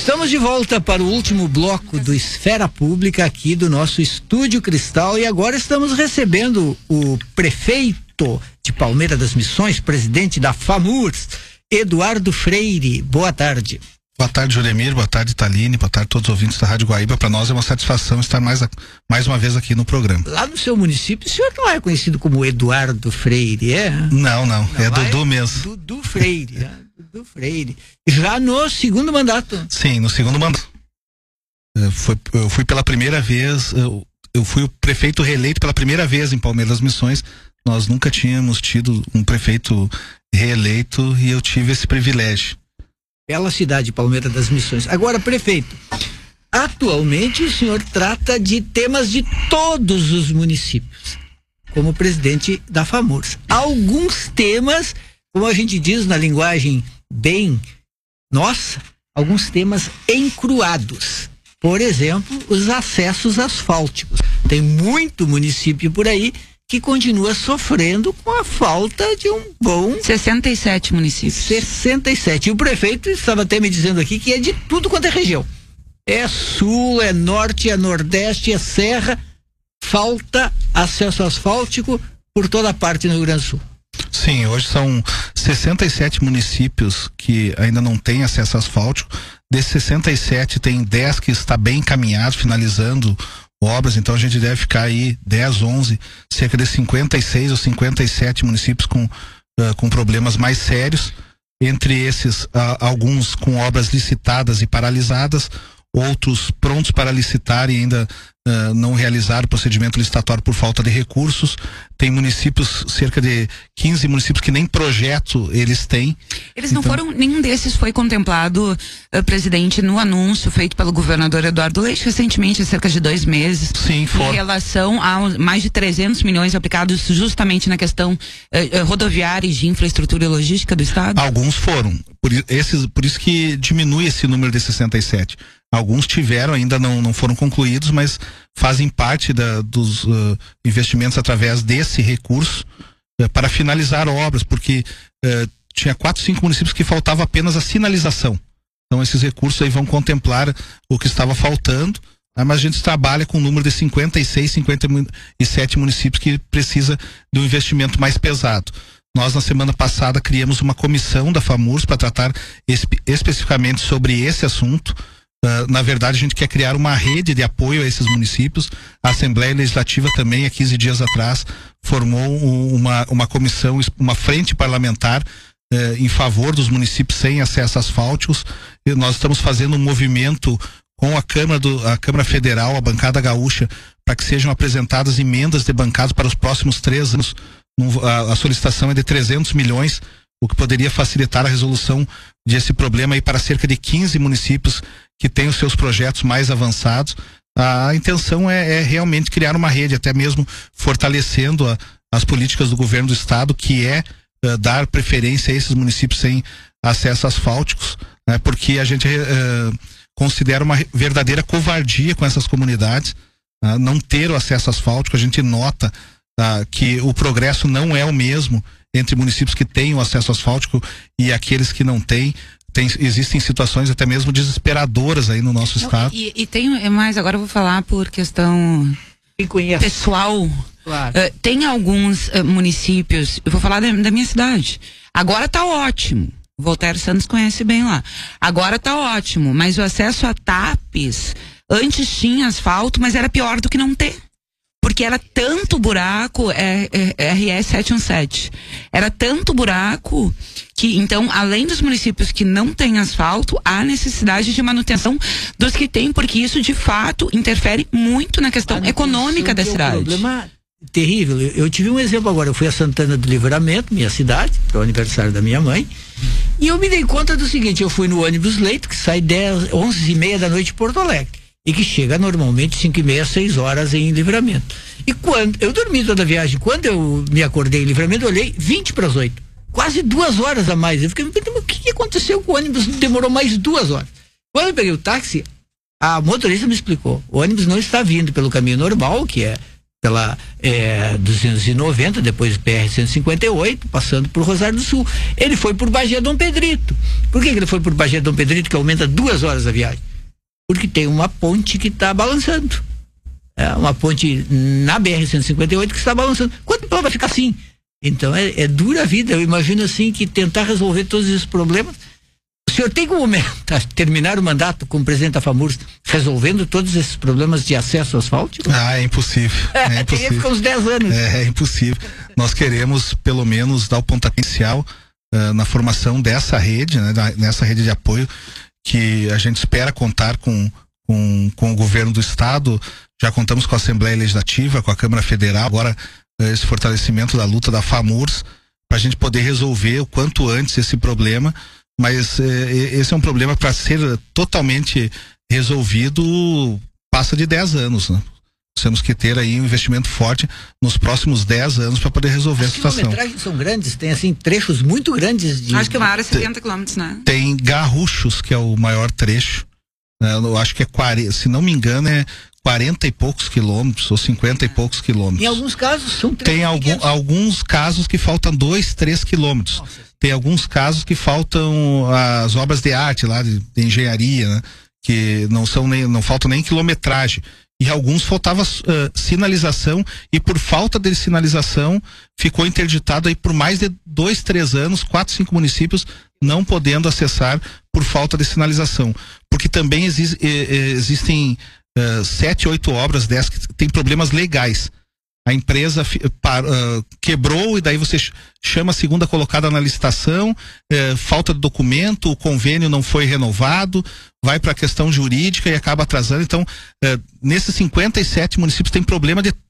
Estamos de volta para o último bloco do Esfera Pública aqui do nosso Estúdio Cristal e agora estamos recebendo o prefeito de Palmeira das Missões, presidente da FAMURS, Eduardo Freire. Boa tarde. Boa tarde, Juremir. Boa tarde, Taline. Boa tarde a todos os ouvintes da Rádio Guaíba. Para nós é uma satisfação estar mais uma vez aqui no programa. Lá no seu município, o senhor não é conhecido como Eduardo Freire, é? Não, é Dudu mesmo. Dudu Freire, Dudu Freire. Já no segundo mandato? Sim, no segundo mandato. Eu fui pela primeira vez, eu fui o prefeito reeleito pela primeira vez em Palmeira das Missões. Nós nunca tínhamos tido um prefeito reeleito e eu tive esse privilégio. Bela cidade, Palmeira das Missões. Agora, prefeito, atualmente o senhor trata de temas de todos os municípios, como presidente da FAMURS. Alguns temas, como a gente diz na linguagem bem nossa, alguns temas encruados. Por exemplo, os acessos asfálticos. Tem muito município por aí que continua sofrendo com a falta de um bom... 67 municípios. 67. E o prefeito estava até me dizendo aqui que é de tudo quanto é região. É sul, é norte, é nordeste, é serra. Falta acesso asfáltico por toda a parte no Rio Grande do Sul. Sim, hoje são 67 municípios que ainda não têm acesso asfáltico. Desses 67, tem 10 que está bem encaminhado, finalizando obras, então a gente deve ficar aí 10, 11, cerca de 56 ou 57 municípios com problemas mais sérios. Entre esses, alguns com obras licitadas e paralisadas, outros prontos para licitar e ainda não realizaram o procedimento licitatório por falta de recursos. Tem municípios, cerca de 15 municípios que nem projeto eles têm. Eles não foram, nenhum desses foi contemplado, presidente, no anúncio feito pelo governador Eduardo Leite recentemente, há cerca de 2 meses. Sim, foram. Em relação a mais de 300 milhões aplicados justamente na questão rodoviária e de infraestrutura e logística do estado? Alguns foram. Por isso que diminui esse número de 67. Alguns tiveram, ainda não foram concluídos, mas fazem parte dos investimentos através desse recurso para finalizar obras, porque tinha 4, 5 municípios que faltava apenas a sinalização. Então esses recursos aí vão contemplar o que estava faltando, mas a gente trabalha com um número de 56, 57 municípios que precisa de um investimento mais pesado. Nós, na semana passada, criamos uma comissão da FAMURS para tratar especificamente sobre esse assunto. Na verdade, a gente quer criar uma rede de apoio a esses municípios. A Assembleia Legislativa também, há 15 dias atrás, formou uma comissão, uma frente parlamentar em favor dos municípios sem acesso asfálticos. E nós estamos fazendo um movimento com a Câmara Federal, a bancada gaúcha, para que sejam apresentadas emendas de bancadas para os próximos 3 anos. A solicitação é de 300 milhões, o que poderia facilitar a resolução desse problema aí para cerca de 15 municípios que têm os seus projetos mais avançados. A intenção é realmente criar uma rede, até mesmo fortalecendo as políticas do governo do estado, que é dar preferência a esses municípios sem acesso asfálticos, né, porque a gente considera uma verdadeira covardia com essas comunidades não ter o acesso asfáltico. A gente nota que o progresso não é o mesmo entre municípios que têm o acesso asfáltico e aqueles que não têm. Existem situações até mesmo desesperadoras aí no nosso estado. E tem mais, agora eu vou falar por questão pessoal. Claro. Tem alguns municípios, eu vou falar da minha cidade. Agora tá ótimo. O Voltaire Santos conhece bem lá. Agora tá ótimo, mas o acesso a TAPs, antes tinha asfalto, mas era pior do que não ter. Porque era tanto buraco, RS 717, era tanto buraco que, então, além dos municípios que não têm asfalto, há necessidade de manutenção dos que têm, porque isso, de fato, interfere muito na questão econômica da cidade. É um problema terrível. Eu tive um exemplo agora, eu fui a Santana do Livramento, minha cidade, para o aniversário da minha mãe, e eu me dei conta do seguinte: eu fui no ônibus Leito, que sai 11h30 da noite de Porto Alegre, e que chega normalmente 5h30, 6 horas em Livramento. E quando eu dormi toda a viagem, quando eu me acordei em Livramento, eu olhei 7:20, quase 2 horas a mais. Eu fiquei me perguntando, o que aconteceu com o ônibus? Demorou mais 2 horas. Quando eu peguei o táxi, a motorista me explicou: o ônibus não está vindo pelo caminho normal, que é pela 290, depois BR-158, passando por Rosário do Sul. Ele foi por Bagé Dom Pedrito. Por que ele foi por Bagé Dom Pedrito, que aumenta 2 horas a viagem? Porque tem uma ponte que está balançando. Uma ponte na BR-158 que está balançando. Quanto tempo vai ficar assim? Então é dura a vida. Eu imagino assim que tentar resolver todos esses problemas. O senhor tem como terminar o mandato como presidente da FAMURS resolvendo todos esses problemas de acesso ao asfalto? É impossível. É impossível. Teria que ficar uns 10 anos. É impossível. Nós queremos, pelo menos, dar o pontapé inicial na formação dessa rede, né, nessa rede de apoio, que a gente espera contar com o governo do estado. Já contamos com a Assembleia Legislativa, com a Câmara Federal, agora esse fortalecimento da luta da FAMURS, para a gente poder resolver o quanto antes esse problema. Mas esse é um problema para ser totalmente resolvido, passa de 10 anos, né? Temos que ter aí um investimento forte nos próximos 10 anos para poder resolver a situação. As quilometragens são grandes, tem assim trechos muito grandes. Acho que o maior é 70 quilômetros, né? Tem Garruchos, que é o maior trecho, né? Eu acho que é 40, se não me engano é 40 e poucos quilômetros ou 50 e poucos quilômetros. Em alguns casos são tem alguns casos que faltam 2, 3 quilômetros. Nossa. Tem alguns casos que faltam as obras de arte lá, de engenharia, né? Que não faltam nem quilometragem. E alguns faltava sinalização, e por falta de sinalização ficou interditado aí por mais de 2, 3 anos, 4, 5 municípios não podendo acessar por falta de sinalização. Porque também existem 7, 8 obras dessas que tem problemas legais. A empresa quebrou e daí você chama a segunda colocada na licitação, falta de documento, o convênio não foi renovado, vai para a questão jurídica e acaba atrasando. Então, nesses 57 municípios tem problema de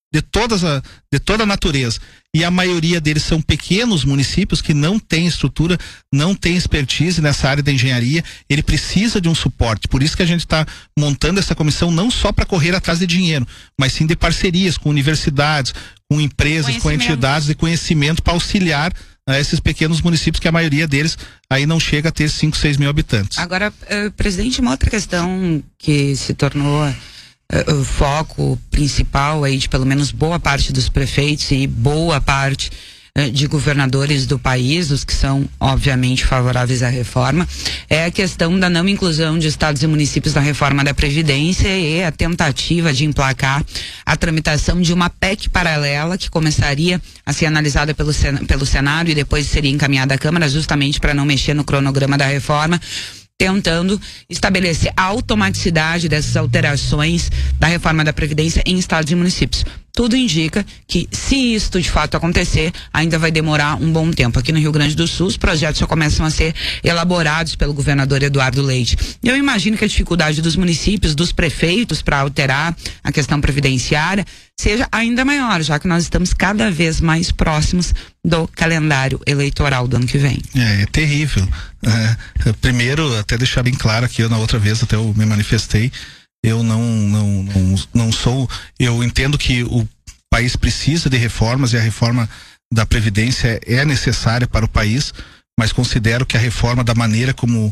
toda a natureza. E a maioria deles são pequenos municípios que não têm estrutura, não têm expertise nessa área da engenharia. Ele precisa de um suporte. Por isso que a gente está montando essa comissão não só para correr atrás de dinheiro, mas sim de parcerias com universidades, com empresas, com entidades de conhecimento para auxiliar esses pequenos municípios, que a maioria deles aí não chega a ter 5, 6 mil habitantes. Agora, presidente, uma outra questão que se tornou o foco principal aí de pelo menos boa parte dos prefeitos e boa parte de governadores do país, os que são obviamente favoráveis à reforma, é a questão da não inclusão de estados e municípios na reforma da Previdência e a tentativa de emplacar a tramitação de uma PEC paralela que começaria a ser analisada pelo Senado e depois seria encaminhada à Câmara, justamente para não mexer no cronograma da reforma, tentando estabelecer a automaticidade dessas alterações da reforma da Previdência em estados e municípios. Tudo indica que, se isto de fato acontecer, ainda vai demorar um bom tempo. Aqui no Rio Grande do Sul, os projetos já começam a ser elaborados pelo governador Eduardo Leite. Eu imagino que a dificuldade dos municípios, dos prefeitos para alterar a questão previdenciária seja ainda maior, já que nós estamos cada vez mais próximos do calendário eleitoral do ano que vem. É terrível. Primeiro, até deixar bem claro que eu na outra vez até eu me manifestei, eu não sou, eu entendo que o país precisa de reformas e a reforma da Previdência é necessária para o país, mas considero que a reforma da maneira como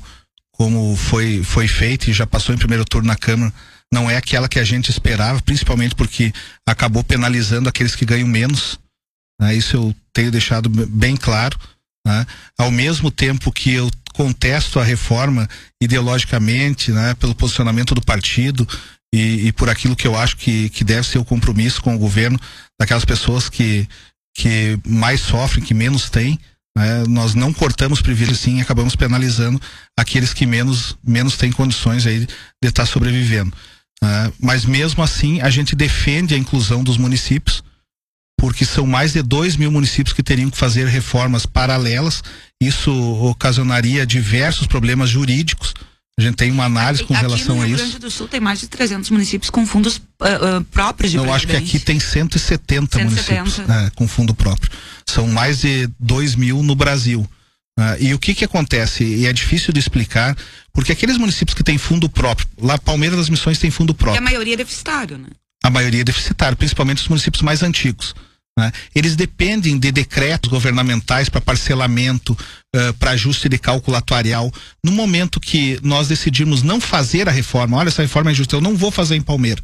foi feita e já passou em primeiro turno na Câmara não é aquela que a gente esperava, principalmente porque acabou penalizando aqueles que ganham menos, né? Isso eu tenho deixado bem claro, né? Ao mesmo tempo que eu contesto a reforma ideologicamente, né, pelo posicionamento do partido e por aquilo que eu acho que deve ser o compromisso com o governo daquelas pessoas que mais sofrem, que menos têm, né? Nós não cortamos privilégios, sim, e acabamos penalizando aqueles que menos têm condições aí de estar sobrevivendo. Mas mesmo assim a gente defende a inclusão dos municípios, porque são mais de 2 mil municípios que teriam que fazer reformas paralelas. Isso ocasionaria diversos problemas jurídicos. A gente tem uma análise com relação a isso. Aqui no Rio Grande do Sul tem mais de 300 municípios com fundos próprios de Eu acho que aqui tem 170 municípios com fundo próprio. São mais de 2 mil no Brasil. E o que acontece? E é difícil de explicar, porque aqueles municípios que têm fundo próprio, lá Palmeiras das Missões tem fundo próprio. E a maioria é deficitário, né? A maioria é deficitário, principalmente os municípios mais antigos, né? Eles dependem de decretos governamentais para parcelamento, para ajuste de cálculo atuarial. No momento que nós decidimos não fazer a reforma, olha, essa reforma é injusta, eu não vou fazer em Palmeiras.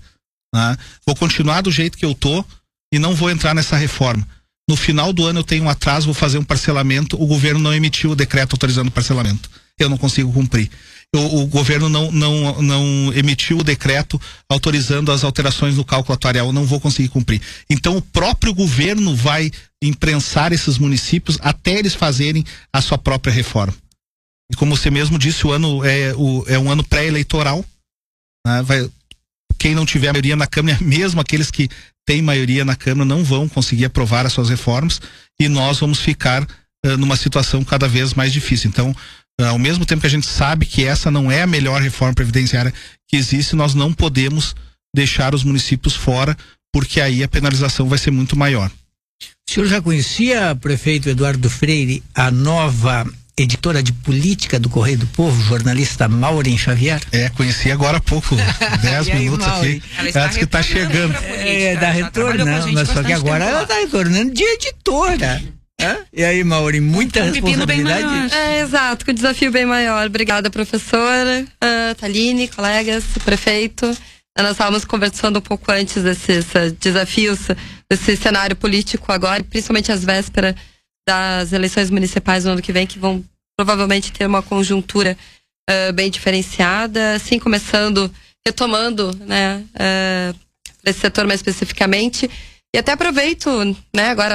né? Vou continuar do jeito que eu tô e não vou entrar nessa reforma. No final do ano eu tenho um atraso, vou fazer um parcelamento, o governo não emitiu o decreto autorizando o parcelamento. Eu não consigo cumprir. O governo não emitiu o decreto autorizando as alterações no cálculo atuarial, eu não vou conseguir cumprir. Então o próprio governo vai imprensar esses municípios até eles fazerem a sua própria reforma. E como você mesmo disse, o ano é um ano pré-eleitoral, né? Quem não tiver maioria na Câmara, mesmo aqueles que têm maioria na Câmara, não vão conseguir aprovar as suas reformas e nós vamos ficar numa situação cada vez mais difícil. Então, ao mesmo tempo que a gente sabe que essa não é a melhor reforma previdenciária que existe, nós não podemos deixar os municípios fora, porque aí a penalização vai ser muito maior. O senhor já conhecia, prefeito Eduardo Freire, a nova editora de política do Correio do Povo, jornalista Maureen Xavier? Conheci agora há pouco, 10 minutos aqui. Ela disse que está chegando. Dá retorno, mas só que agora ela está retornando de editora. E aí, Maureen, muita responsabilidade? Exato, com um desafio bem maior. Obrigada, professora, Thaline, colegas, prefeito. Nós estávamos conversando um pouco antes desses desafios, desse cenário político agora, principalmente às vésperas das eleições municipais no ano que vem, que vão provavelmente ter uma conjuntura bem diferenciada, assim, retomando, né, esse setor mais especificamente. E até aproveito, né, agora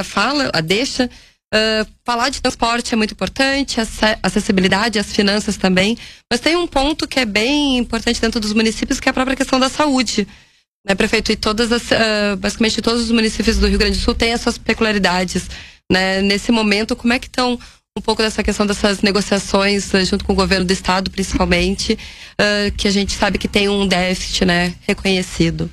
falar de transporte é muito importante, acessibilidade, as finanças também, mas tem um ponto que é bem importante dentro dos municípios, que é a própria questão da saúde, né, prefeito? E basicamente todos os municípios do Rio Grande do Sul têm as suas peculiaridades, né? Nesse momento, como é que estão um pouco dessa questão dessas negociações junto com o governo do estado, principalmente, que a gente sabe que tem um déficit, né, reconhecido?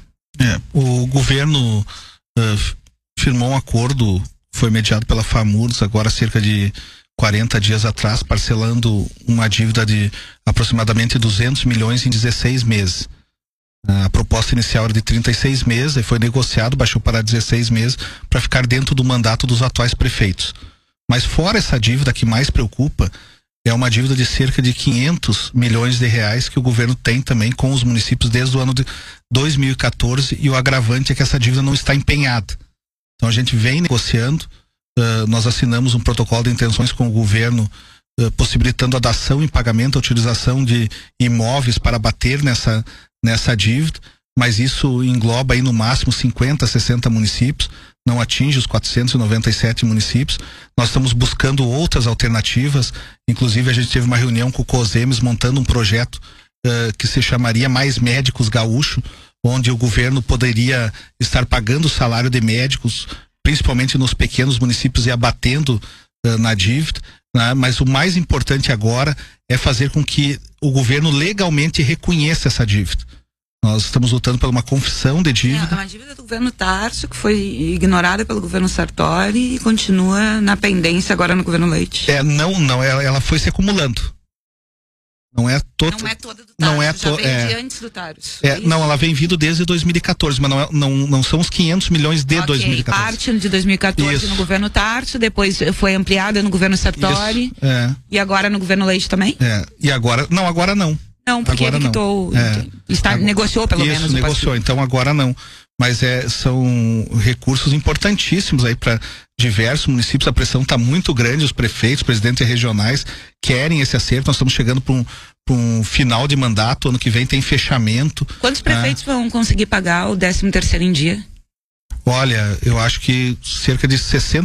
O governo firmou um acordo, foi mediado pela FAMURS agora cerca de 40 dias atrás, parcelando uma dívida de aproximadamente 200 milhões em 16 meses. A proposta inicial era de 36 meses, e foi negociado, baixou para 16 meses, para ficar dentro do mandato dos atuais prefeitos. Mas fora essa dívida, que mais preocupa é uma dívida de cerca de 500 milhões de reais que o governo tem também com os municípios desde o ano de 2014, e o agravante é que essa dívida não está empenhada. Então a gente vem negociando, nós assinamos um protocolo de intenções com o governo, possibilitando a dação em pagamento, a utilização de imóveis para bater nessa dívida, mas isso engloba aí no máximo 50, 60 municípios, não atinge os 497 municípios. Nós estamos buscando outras alternativas, inclusive a gente teve uma reunião com o COSEMES montando um projeto que se chamaria Mais Médicos Gaúcho, onde o governo poderia estar pagando o salário de médicos, principalmente nos pequenos municípios, e abatendo na dívida, né? Mas o mais importante agora é fazer com que o governo legalmente reconheça essa dívida. Nós estamos lutando por uma confissão de dívida. É uma dívida do governo Tarso, que foi ignorada pelo governo Sartori e continua na pendência agora no governo Leite. Ela foi se acumulando. Não é toda do Tarso, já vem de antes do Tarso. Ela vem vindo desde 2014, mas não são os 500 milhões de 2014. Parte de 2014 Isso. No governo Tarso, depois foi ampliada no governo Sartori. E agora no governo Leite também? E agora não. Não, porque agora ele quitou, negociou pelo menos. Isso, negociou, então agora não. Mas são recursos importantíssimos aí para diversos municípios. A pressão está muito grande, os prefeitos, presidentes regionais querem esse acerto. Nós estamos chegando para um final de mandato, ano que vem tem fechamento. Quantos prefeitos vão conseguir pagar o 13º em dia? Olha, eu acho que cerca de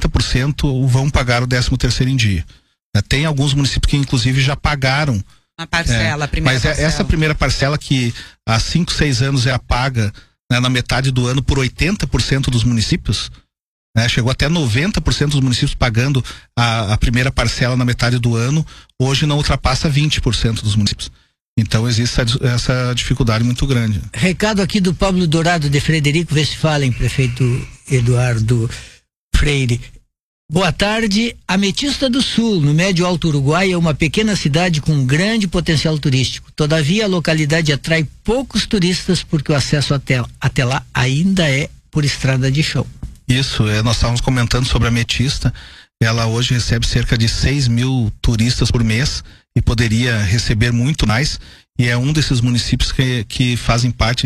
60% vão pagar o 13º em dia. Tem alguns municípios que inclusive já pagaram uma parcela, a primeira parcela. Essa primeira parcela, que há 5, 6 anos é paga, né, na metade do ano por 80% dos municípios, né, chegou até 90% dos municípios pagando a primeira parcela na metade do ano, hoje não ultrapassa 20% dos municípios. Então existe essa dificuldade muito grande. Recado aqui do Pablo Dourado de Frederico Westphalen, prefeito Eduardo Freire. Boa tarde. Ametista do Sul, no Médio Alto Uruguai, é uma pequena cidade com grande potencial turístico. Todavia, a localidade atrai poucos turistas porque o acesso até lá ainda é por estrada de chão. Isso, nós estávamos comentando sobre a Ametista. Ela hoje recebe cerca de 6 mil turistas por mês e poderia receber muito mais. E é um desses municípios que fazem parte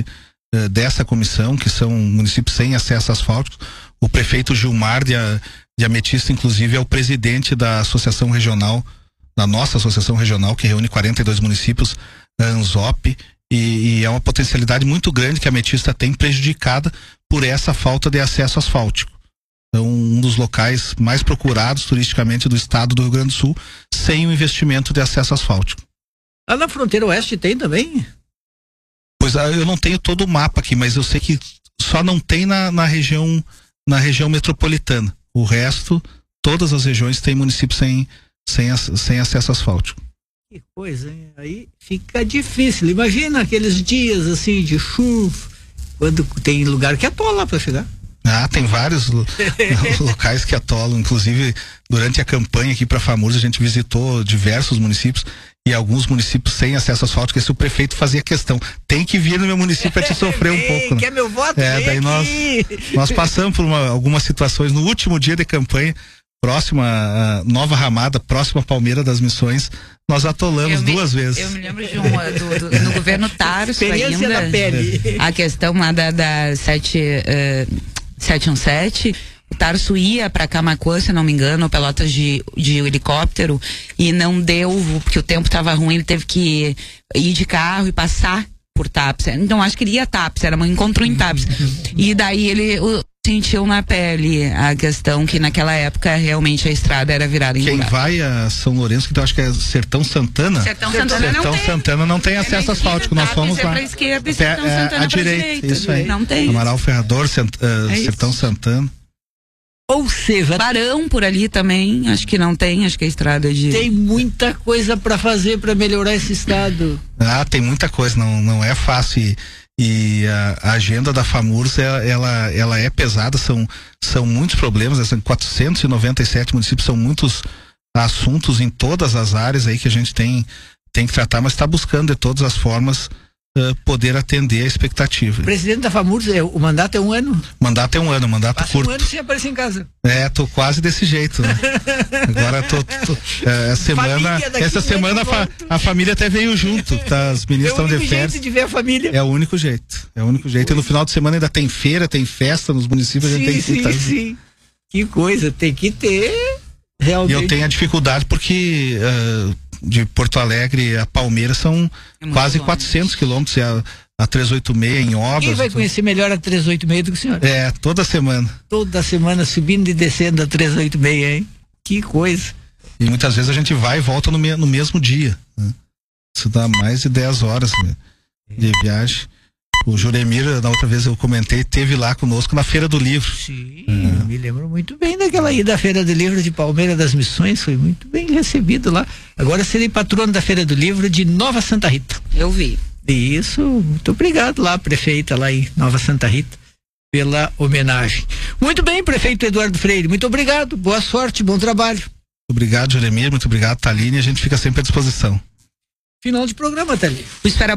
dessa comissão, que são municípios sem acesso asfáltico. O prefeito Gilmar de Ametista, inclusive, é o presidente da associação regional, da nossa associação regional, que reúne 42 municípios, a ANZOP, e é uma potencialidade muito grande que a Ametista tem, prejudicada por essa falta de acesso asfáltico. Então, um dos locais mais procurados turisticamente do estado do Rio Grande do Sul, sem o investimento de acesso asfáltico. Lá na fronteira oeste tem também? Pois eu não tenho todo o mapa aqui, mas eu sei que só não tem na região metropolitana. O resto, todas as regiões têm municípios sem acesso asfáltico. Que coisa, hein? Aí fica difícil. Imagina aqueles dias assim de chuva, quando tem lugar que atola para chegar. Tem vários locais que atolam. Inclusive, durante a campanha aqui para FAMURS, a gente visitou diversos municípios e alguns municípios sem acesso asfáltico. Esse o prefeito fazia questão. Tem que vir no meu município para te sofrer um pouco. Né? Quer meu voto? Daí nós passamos por algumas situações no último dia de campanha, próxima a Nova Ramada, próxima a Palmeira das Missões, nós atolamos 2 vezes. Eu me lembro de no governo Tarso experiência ainda, da pele. A questão lá da 717, o Tarso ia para Camaquã, se não me engano, Pelotas de helicóptero, e não deu, porque o tempo estava ruim, ele teve que ir de carro e passar por TAPS. Então acho que ele ia a TAPS, encontrou em TAPS. E daí ele sentiu na pele a questão que naquela época realmente a estrada era virada em buraco. Quem vai a São Lourenço, que eu acho que é Sertão Santana. Sertão Santana não tem acesso asfáltico. Nós fomos lá. Pra esquerda e Sertão Santana à direita. Isso aí. Não tem. Amaral Ferrador, Sertão Santana. Ou seja, Barão por ali também, acho que não tem, acho que a estrada de... Tem muita coisa para fazer para melhorar esse estado. Tem muita coisa, não é fácil. E a agenda da FAMURS, ela é pesada, são muitos problemas, são 497 municípios, são muitos assuntos em todas as áreas aí que a gente tem que tratar, mas está buscando de todas as formas poder atender a expectativa. O presidente da FAMURS, o mandato é 1 ano? Mandato é 1 ano, mandato Passa curto. 1 ano sem aparecer em casa. Tô quase desse jeito, né? Agora essa semana a família até veio junto, tá? As meninas estão de férias. É o único jeito de ver a família. É o único jeito. E no final de semana ainda tem feira, tem festa nos municípios. Sim. Que coisa, tem que ter realmente. E eu tenho a dificuldade porque de Porto Alegre a Palmeira são quase longe. 400 quilômetros, a 386 em obras. Quem vai conhecer melhor a 386 do que o senhor? Toda semana. Toda semana subindo e descendo a 386, hein? Que coisa. E muitas vezes a gente vai e volta no mesmo dia, né? Isso dá mais de 10 horas, né, de viagem. O Juremir, na outra vez eu comentei, esteve lá conosco na Feira do Livro. Sim, me lembro muito bem daquela ida à Feira do Livro de Palmeira das Missões, foi muito bem recebido lá. Agora serei patrono da Feira do Livro de Nova Santa Rita. Eu vi. Isso, muito obrigado lá, prefeita lá em Nova Santa Rita, pela homenagem. Muito bem, prefeito Eduardo Freire, muito obrigado, boa sorte, bom trabalho. Obrigado, Juremir, muito obrigado, Taline, a gente fica sempre à disposição. Final de programa, Taline. Espera